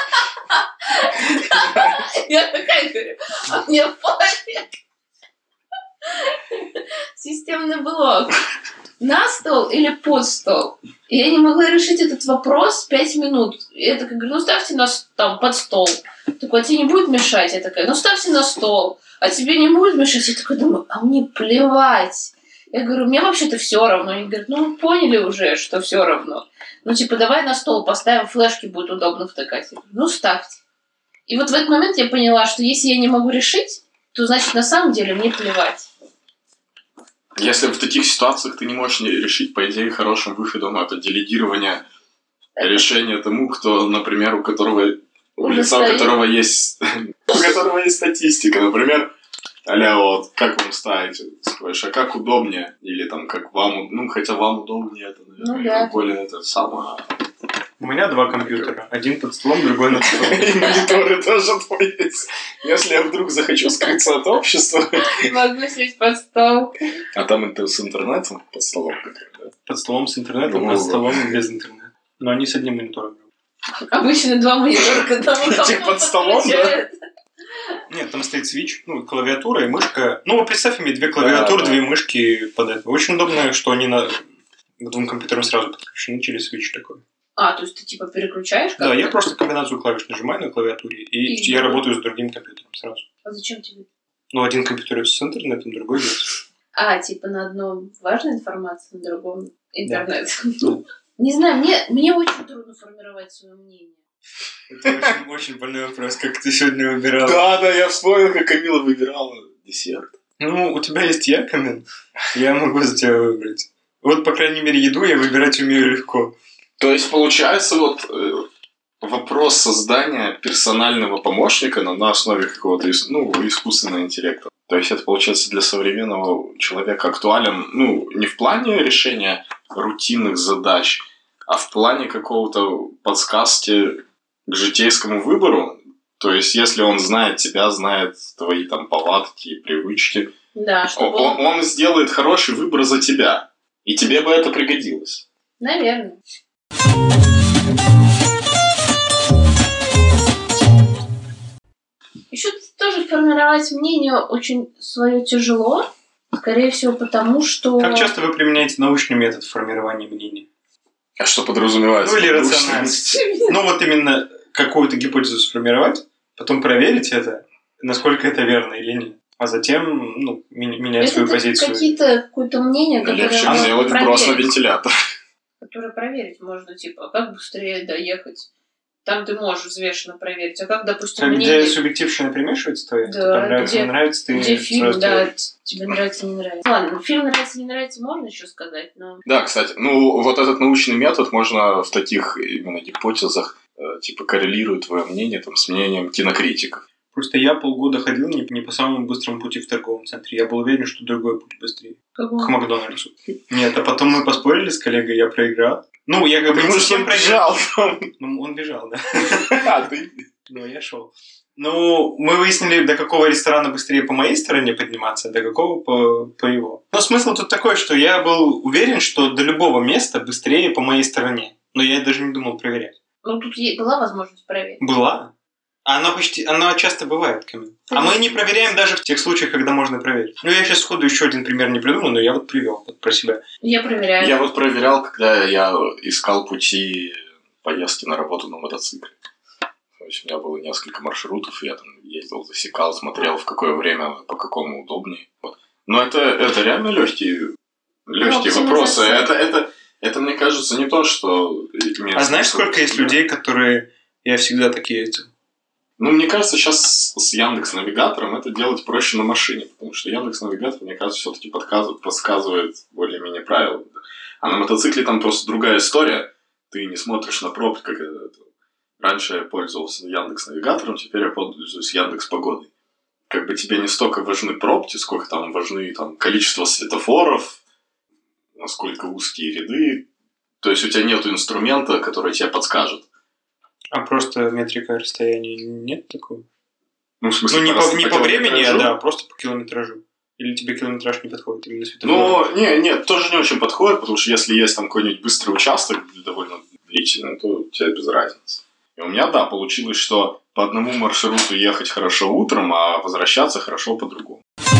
Я такая говорю, а мне пофиг. Системный блок. На стол или под стол? И я не могла решить этот вопрос пять минут. И я такая говорю, ну ставьте на, там, под стол. Такой, а тебе не будет мешать? Я такая, ну ставьте на стол. А тебе не будет мешать? Я такая думаю, а мне плевать. Я говорю, мне вообще-то все равно. Они говорят, ну мы поняли уже, что все равно. Ну типа давай на стол поставим, флешки будет удобно втыкать. Я говорю, ну ставьте. И вот в этот момент я поняла, что если я не могу решить, то значит на самом деле мне плевать. Если в таких ситуациях ты не можешь решить, по идее, хорошим выходом это делегирование решения тому, кто, например, у которого у лица, у которого есть у которого есть статистика, например, а-ля вот, как вам ставите? Спрашиваешь, а как удобнее? Или там, как вам, ну, хотя вам удобнее, это, наверное, ну, да. более это самое... У меня два компьютера. Один под столом, другой над столом. И мониторы тоже твои есть. Если я вдруг захочу скрыться от общества... Могу сесть под стол. А там это с интернетом под столом? Под столом с интернетом, под столом без интернета. Но они с одним монитором. Обычно два монитора к одному компьютеру под столом, да? Нет, там стоит свич, ну, клавиатура и мышка. Ну, представь, иметь две клавиатуры, две мышки под это. Очень удобно, что они на... к двум компьютерам сразу подключены через свич такой. А, то есть ты типа переключаешь? Да, я просто комбинацию клавиш нажимаю на клавиатуре, и, и я работаю с другим компьютером сразу. А зачем тебе? Ну, один компьютер с интернетом, другой без. А, типа на одном важная информация, на другом интернет. Да. Не знаю, мне, мне очень трудно формировать свое мнение. Это очень, очень больной вопрос, как ты сегодня выбирала. Да, да, я вспомнил, как Камила выбирала десерт. Ну, у тебя есть я, Камил. Я могу за тебя выбрать. Вот, по крайней мере, еду я выбирать умею легко. То есть, получается, вот э, вопрос создания персонального помощника на, на основе какого-то ну, искусственного интеллекта. То есть, это, получается, для современного человека актуален, ну, не в плане решения рутинных задач, а в плане какого-то подсказки к житейскому выбору. То есть, если он знает тебя, знает твои там повадки и привычки, да, чтобы он, он... он сделает хороший выбор за тебя. И тебе бы это пригодилось. Наверное. Еще тоже формировать мнение очень свое тяжело. Скорее всего, потому что... Как часто вы применяете научный метод формирования мнений? А что подразумевается? Ну, или рациональность. Ну, вот именно какую-то гипотезу сформировать, потом проверить это, насколько это верно или нет. А затем ну, менять свою это позицию. Какие-то, какое-то мнение, которое Легче можно сделать вброс на проверить. вентилятор. Которое проверить можно, типа, как быстрее доехать. Там ты можешь взвешенно проверить. А как, допустим, Так, мнение... где субъективщина примешивается, то Да, тебе нравится, где- не нравится, ты Где фильм, сразу да, делаешь. тебе нравится, не нравится. Ладно, фильм нравится, не нравится, можно еще сказать, но... Да, кстати, ну вот этот научный метод можно в таких именно гипотезах э, типа коррелирует твое мнение там, с мнением кинокритиков. Просто я полгода ходил не, не по самому быстрому пути в торговом центре. Я был уверен, что другой путь быстрее. Как К Макдональдсу. Нет, а потом мы поспорили с коллегой, я проиграл. Ну, я как бы не Потому что совсем он проиграл. бежал там. Ну, он бежал, да. А, ты... Ну, я шел. Ну, мы выяснили, до какого ресторана быстрее по моей стороне подниматься, а до какого по, по его. Но смысл тут такой, что я был уверен, что до любого места быстрее по моей стороне. Но я даже не думал проверять. Ну, тут е- была возможность проверить. Была. А она почти, она часто бывает, Камиль. А мы не проверяем даже в тех случаях, когда можно проверить. Ну, я сейчас сходу еще один пример не придумал, но я вот привел вот про себя. Я проверяю. Я вот проверял, когда я искал пути поездки на работу на мотоцикле. То есть у меня было несколько маршрутов, и я там ездил, засекал, смотрел, в какое время, по какому удобнее. Вот. Но это, это реально легкие, легкие Ну, вопросы. оптимизация. Это, это, это, мне кажется, не то, что... имеет А знаешь, смысл. сколько есть людей, которые... Я всегда так ездил. Ну, мне кажется, сейчас с Яндекс.Навигатором это делать проще на машине, потому что Яндекс.Навигатор, мне кажется, все-таки подсказывает более-менее правила. А на мотоцикле там просто другая история. Ты не смотришь на пробки, как это... Раньше я пользовался Яндекс.Навигатором, теперь я пользуюсь Яндекс.Погодой. Как бы тебе не столько важны пробки, сколько там важны там, количество светофоров, насколько узкие ряды. То есть у тебя нет инструмента, который тебе подскажет. А просто метрика расстояния нет такого? Ну, в смысле, Ну, не по, по, не по времени, а километражу? да, просто по километражу. Или тебе километраж не подходит, именно светофор? Ну, не, нет, тоже не очень подходит, потому что если есть там какой-нибудь быстрый участок, довольно длительный, то тебе без разницы. И у меня, да, получилось, что по одному маршруту ехать хорошо утром, а возвращаться хорошо по-другому.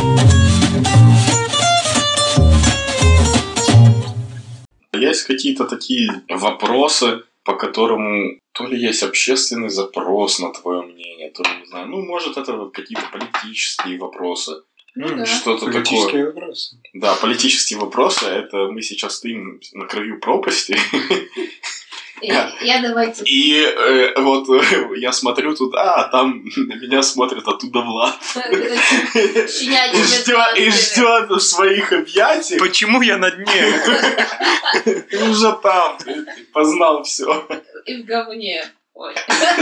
Есть какие-то такие вопросы, по которому то ли есть общественный запрос на твое мнение, то ли, не знаю, ну, может, это вот какие-то политические вопросы. Ну да. Что-то Политические такое. вопросы. Да, политические вопросы, это мы сейчас стоим на краю пропасти. И, я давайте... И э, вот э, я смотрю туда, а там на меня смотрит оттуда Влад. Щенячий И ждет, и ждет в своих объятиях. Почему я на дне? Ты уже там, ты, ты познал все. И в говне. Ой.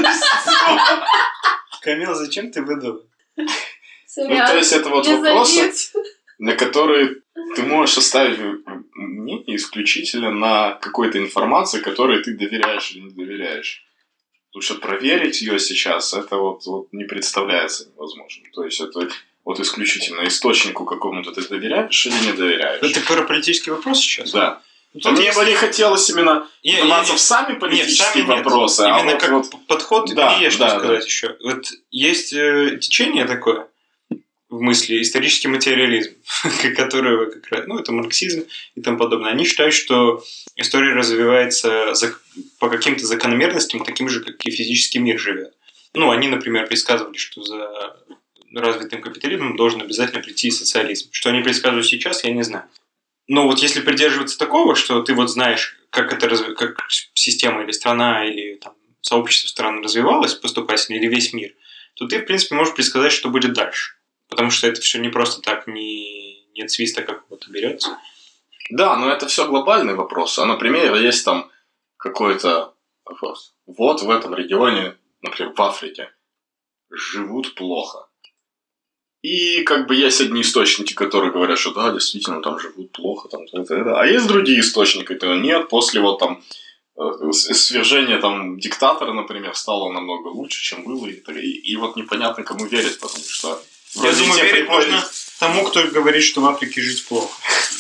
Камил, зачем ты выдал? Ну, то есть это вот Не вопросы, забить. на которые ты можешь оставить мнение исключительно на какой-то информации, которой ты доверяешь или не доверяешь. Потому что проверить ее сейчас, это вот, вот не представляется невозможным. То есть это вот исключительно источнику какому-то ты доверяешь или не доверяешь. Это про политический вопрос сейчас? Да. Тут Мне есть- бы не хотелось именно Не- вдаваться не- в сами Нет, политические сами нет. вопросы, а Именно вот, как вот подход, Да, мне есть да, что да. сказать еще. Вот есть э, течение такое в мысли, исторический материализм, которого как раз, ну, это марксизм и тому подобное. Они считают, что история развивается за- по каким-то закономерностям, таким же, как и физический мир живет. Ну, они, например, предсказывали, что за развитым капитализмом должен обязательно прийти социализм. Что они предсказывают сейчас, я не знаю. Но вот если придерживаться такого, что ты вот знаешь, как это разви- как система или страна, или там, сообщество стран развивалось поступательно, или весь мир, то ты, в принципе, можешь предсказать, что будет дальше. Потому что это все не просто так, не, не от свиста какого-то берется. Да, но это все глобальный вопрос. А, например, есть там какой-то вопрос. Вот в этом регионе, например, в Африке, живут плохо. И как бы есть одни источники, которые говорят, что да, действительно, там живут плохо, там, это, это. А есть другие источники, которые нет, после вот там э, с- свержения там диктатора, например, стало намного лучше, чем было. И, так- и- и вот непонятно, кому верить, потому что... Я вроде думаю, те верить приводят- можно тому, кто говорит, что в Африке жить плохо.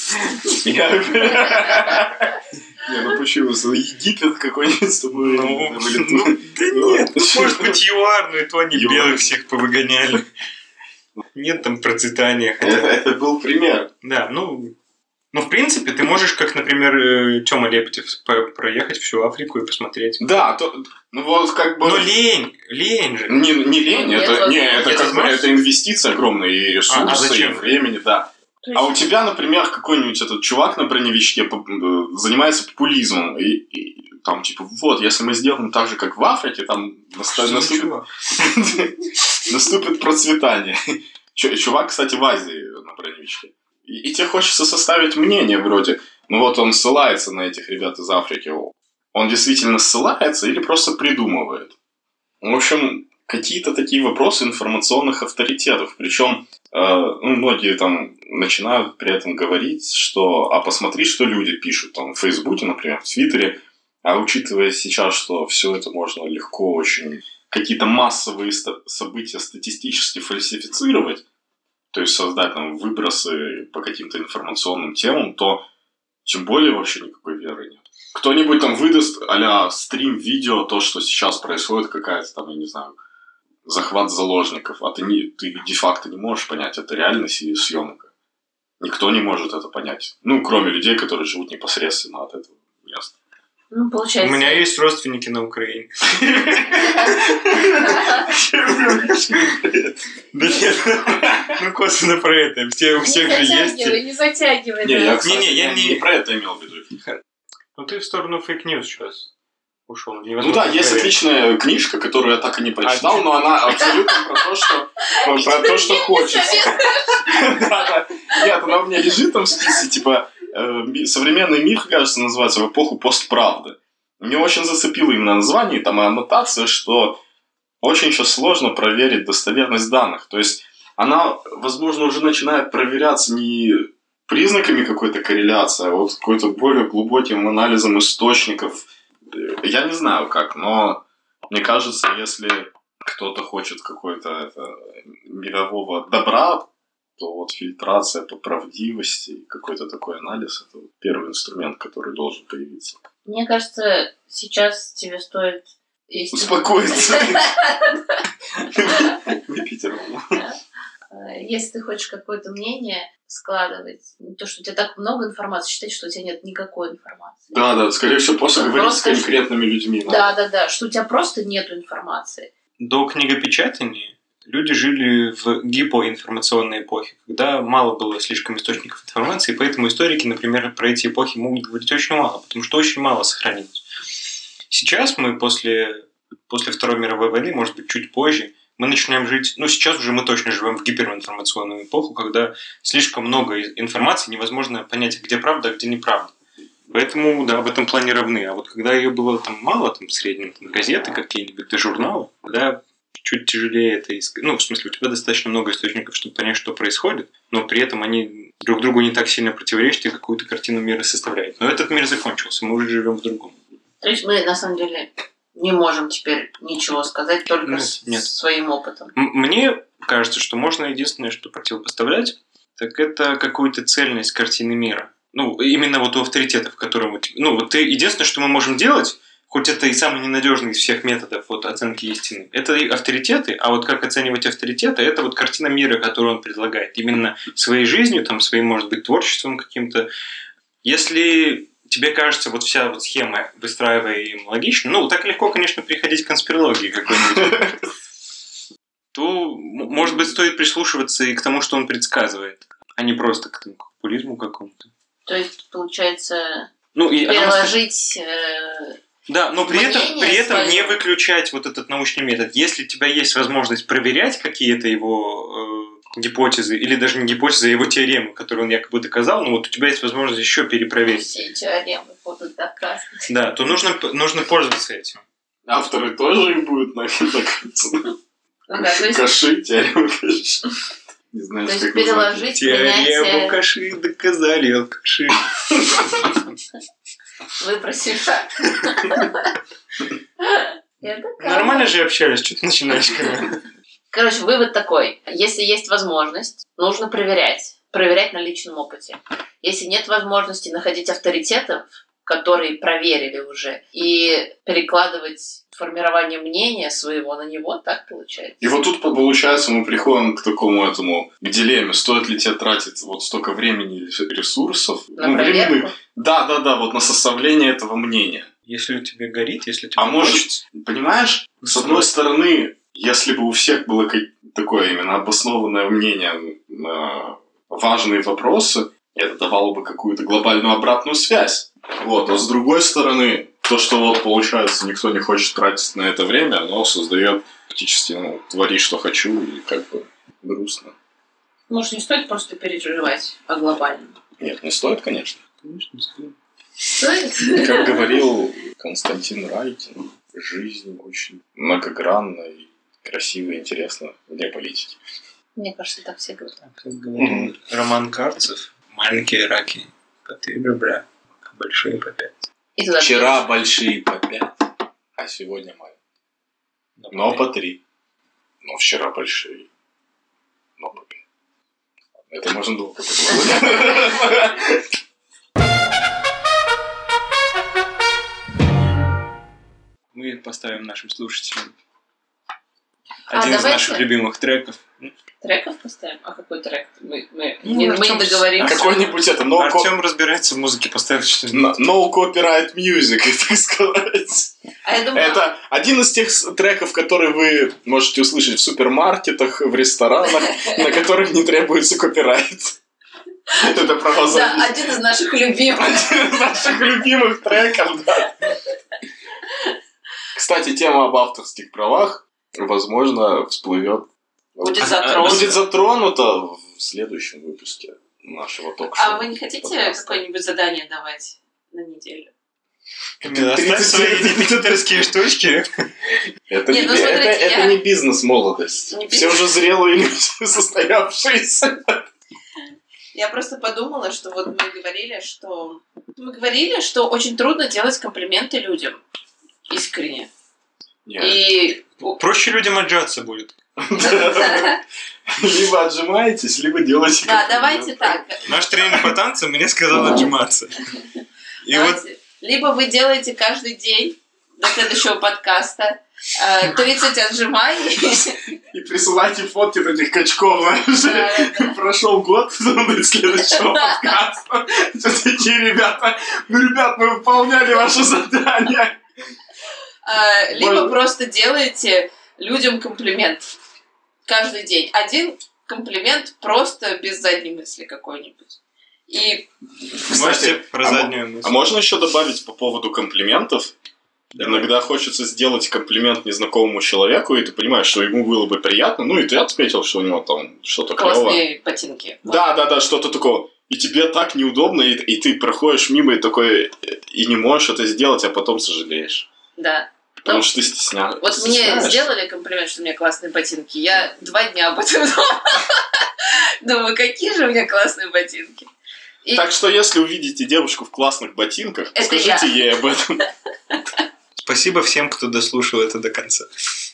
Я- Не, ну почему? Египет какой-нибудь с тобой? Ну, Или ну, тут- да нет, ну, может быть, ЮАР, но и то они ЮАР. белых всех повыгоняли. Нет там процветания. Это Хотя... это был пример. Да, ну, Ну, в принципе, ты можешь, как, например, Тёма Лептев, проехать всю Африку и посмотреть. Да, то, ну вот как бы... Но лень, лень же. Не, не лень, Нет, это, не, это, Нет, как бы, это инвестиция огромная, и ресурсы, А, а зачем? и времени, да. То есть... А у тебя, например, какой-нибудь этот чувак на броневичке занимается популизмом, и, и там, типа, вот, если мы сделаем так же, как в Африке, там наста- Что за наступит... чувак? наступит процветание. Чувак, кстати, в Азии на броневичке. И, и тебе хочется составить мнение вроде, ну вот он ссылается на этих ребят из Африки. Он действительно ссылается или просто придумывает? В общем, какие-то такие вопросы информационных авторитетов. Причем э, ну, многие там начинают при этом говорить, что а посмотри, что люди пишут там в Фейсбуке, например, в Твиттере. А учитывая сейчас, что все это можно легко очень какие-то массовые ста- события статистически фальсифицировать, то есть создать там выбросы по каким-то информационным темам, то тем более вообще никакой веры нет. Кто-нибудь там выдаст а-ля стрим-видео, то, что сейчас происходит, какая-то там, я не знаю, захват заложников, а ты, не, ты де-факто не можешь понять, это реальность или съемка. Никто не может это понять. Ну, кроме людей, которые живут непосредственно от этого места. Ну, получается... У меня есть родственники на Украине. Да нет, ну косвенно про это. У всех же есть. Не затягивай, не затягивай. Не, я, кстати, Не-не, я не, не- не про это имел в виду. Ну ты в сторону фейк-ньюс сейчас ушел. Ну да, есть отличная книжка, которую я так и не прочитал, но она абсолютно про то, что про, про то, что хочется. Да, да. Нет, она у меня лежит там в списке, типа э, «Современный мир», кажется, называется, в эпоху постправды. Мне очень зацепило именно название, там и аннотация, что очень сейчас сложно проверить достоверность данных. То есть она, возможно, уже начинает проверяться не признаками какой-то корреляции, а вот какой-то более глубоким анализом источников. Я не знаю как, но мне кажется, если кто-то хочет какой-то это, мирового добра, то вот фильтрация по правдивости и какой-то такой анализ — это вот первый инструмент, который должен появиться. Мне кажется, сейчас тебе стоит... Если... Успокоиться. Выпить рому. Если ты хочешь какое-то мнение складывать, то, что у тебя так много информации, считай, что у тебя нет никакой информации. Да, да, скорее всего, просто говорить с Просто конкретными людьми. Да, да, да, что у тебя просто нету информации. До книгопечатания люди жили в гипоинформационной эпохе, когда мало было слишком источников информации, поэтому историки, например, про эти эпохи могут говорить очень мало, потому что очень мало сохранилось. Сейчас мы после, после Второй мировой войны, может быть, чуть позже, мы начинаем жить, ну, сейчас уже мы точно живем в гиперинформационную эпоху, когда слишком много информации, невозможно понять, где правда, а где неправда. Поэтому, да, в этом плане равны. А вот когда ее было там мало, там, в среднем, там, газеты какие-нибудь, да, журналы, да, чуть тяжелее это искать. Ну, в смысле, у тебя достаточно много источников, чтобы понять, что происходит, но при этом они друг другу не так сильно противоречат и какую-то картину мира составляют. Но этот мир закончился, мы уже живем в другом. То есть мы, на самом деле, не можем теперь ничего сказать, только Нет, с нет. своим опытом. М- Мне кажется, что можно единственное, что противопоставлять, так это какую-то цельность картины мира. Ну, именно вот у авторитетов, которым... Ну, вот ты, единственное, что мы можем делать, хоть это и самый ненадежный из всех методов вот, оценки истины, это и авторитеты, а вот как оценивать авторитеты, это вот картина мира, которую он предлагает. Именно своей жизнью, там, своим, может быть, творчеством каким-то. Если тебе кажется вот вся вот схема, выстраиваемая логично, ну, так легко, конечно, приходить к конспирологии какой-нибудь, то, может быть, стоит прислушиваться и к тому, что он предсказывает, а не просто к тому, к популизму какому-то. То есть, получается, Ну, и переложить... Э, да, но при этом, мнение при этом своё. не выключать вот этот научный метод. Если у тебя есть возможность проверять какие-то его э, гипотезы, или даже не гипотезы, а его теоремы, которые он якобы доказал, но вот у тебя есть возможность еще перепроверить. все теоремы будут доказаны. Да, то нужно, нужно пользоваться этим. Авторы тоже их будут нахер доказаны. Ну да, то есть, Каши, теорема Каши. Не знаю, то есть как переложить Теорему принятие... Каши доказали алкаши. Выбросили. Я такая. Нормально же общались, что ты начинаешь говорить? Короче, вывод такой. Если есть возможность, нужно проверять. Проверять на личном опыте. Если нет возможности находить авторитетов, который проверили уже, и перекладывать формирование мнения своего на него, так получается. И вот тут, получается, мы приходим к такому этому, к дилемме, стоит ли тебе тратить вот столько времени и ресурсов. На ну, проверку? временных, да, да, да, вот на составление этого мнения. Если у тебя горит, если тебе А может, хочется. понимаешь, с одной стороны, если бы у всех было такое именно обоснованное мнение на важные вопросы, это давало бы какую-то глобальную обратную связь. Вот, а с другой стороны, то, что вот получается, никто не хочет тратить на это время, оно создает практически, ну, твори, что хочу, и как бы грустно. Может, не стоит просто переживать о глобальном? Нет, не стоит, конечно. Конечно, не стоит. Стоит? Как говорил Константин Райкин, жизнь очень многогранна и красиво и интересно вне политики. Мне кажется, так все говорят. Как говорил Роман Карцев, маленькие раки по три ребра, а большие по пять. И туда Вчера большие по пять, а сегодня маленькие. Но по три. Но вчера большие, но по пять. Это можно долго поговорить. Мы поставим нашим слушателям А, один из давайте. наших любимых треков. Треков поставим? А какой трек? Мы, мы, Ну, не, мы Артём не договоримся. Какой-нибудь это, no, co- Артем разбирается в музыке, поставит что-нибудь. no copyright music, так сказать. А я думаю, Это один из тех с- треков, которые вы можете услышать в супермаркетах, в ресторанах, на которых не требуется копирайт. Это право да, записи. один из наших любимых. Один из наших любимых треков, да. Кстати, тема об авторских правах, возможно, всплывет. Будет А- а- затронут. Будет затронуто в следующем выпуске нашего ток-шоу. А вы не хотите Подкаста. какое-нибудь задание давать на неделю? Камила, оставь свои репетиторские штучки. Это, Не, не, ну, би- смотрите, это, это я- не бизнес-молодость. Не Все бизнес. уже зрелые люди, состоявшиеся. Я просто подумала, что вот мы говорили, что... Мы говорили, что очень трудно делать комплименты людям. Искренне. Нет. И... Проще людям отжаться будет. Либо отжимаетесь, либо делаете Да, комплименты. давайте так. Наш тренер по танцам мне сказал отжиматься. И вот Давайте. Либо вы делаете каждый день до следующего подкаста э, тридцать отжиманий. И присылайте фотки этих качков, знаешь. Да-да-да. Прошел год до следующего подкаста. Все такие ребята. Ну, ребят, мы выполняли ваше задание. Э, Либо Можно? просто делаете людям комплимент каждый день. Один комплимент просто без задней мысли какой-нибудь. И можете про а мо- заднюю мысль. А можно еще добавить по поводу комплиментов? Давай. Иногда хочется сделать комплимент незнакомому человеку, и ты понимаешь, что ему было бы приятно, ну и ты отметил, что у него там что-то клевое. классные ботинки. Вот. Да, да, да, что-то такое. И тебе так неудобно, и, и ты проходишь мимо и такой, и не можешь это сделать, а потом сожалеешь. Да. Потому Ну, что ты стесня... Вот мне стесняешься. сделали комплимент, что у меня классные ботинки. Я два дня об этом думала. Думаю, какие же у меня классные ботинки. И Так что, если увидите девушку в классных ботинках, Это скажите я. ей об этом. Спасибо всем, кто дослушал это до конца.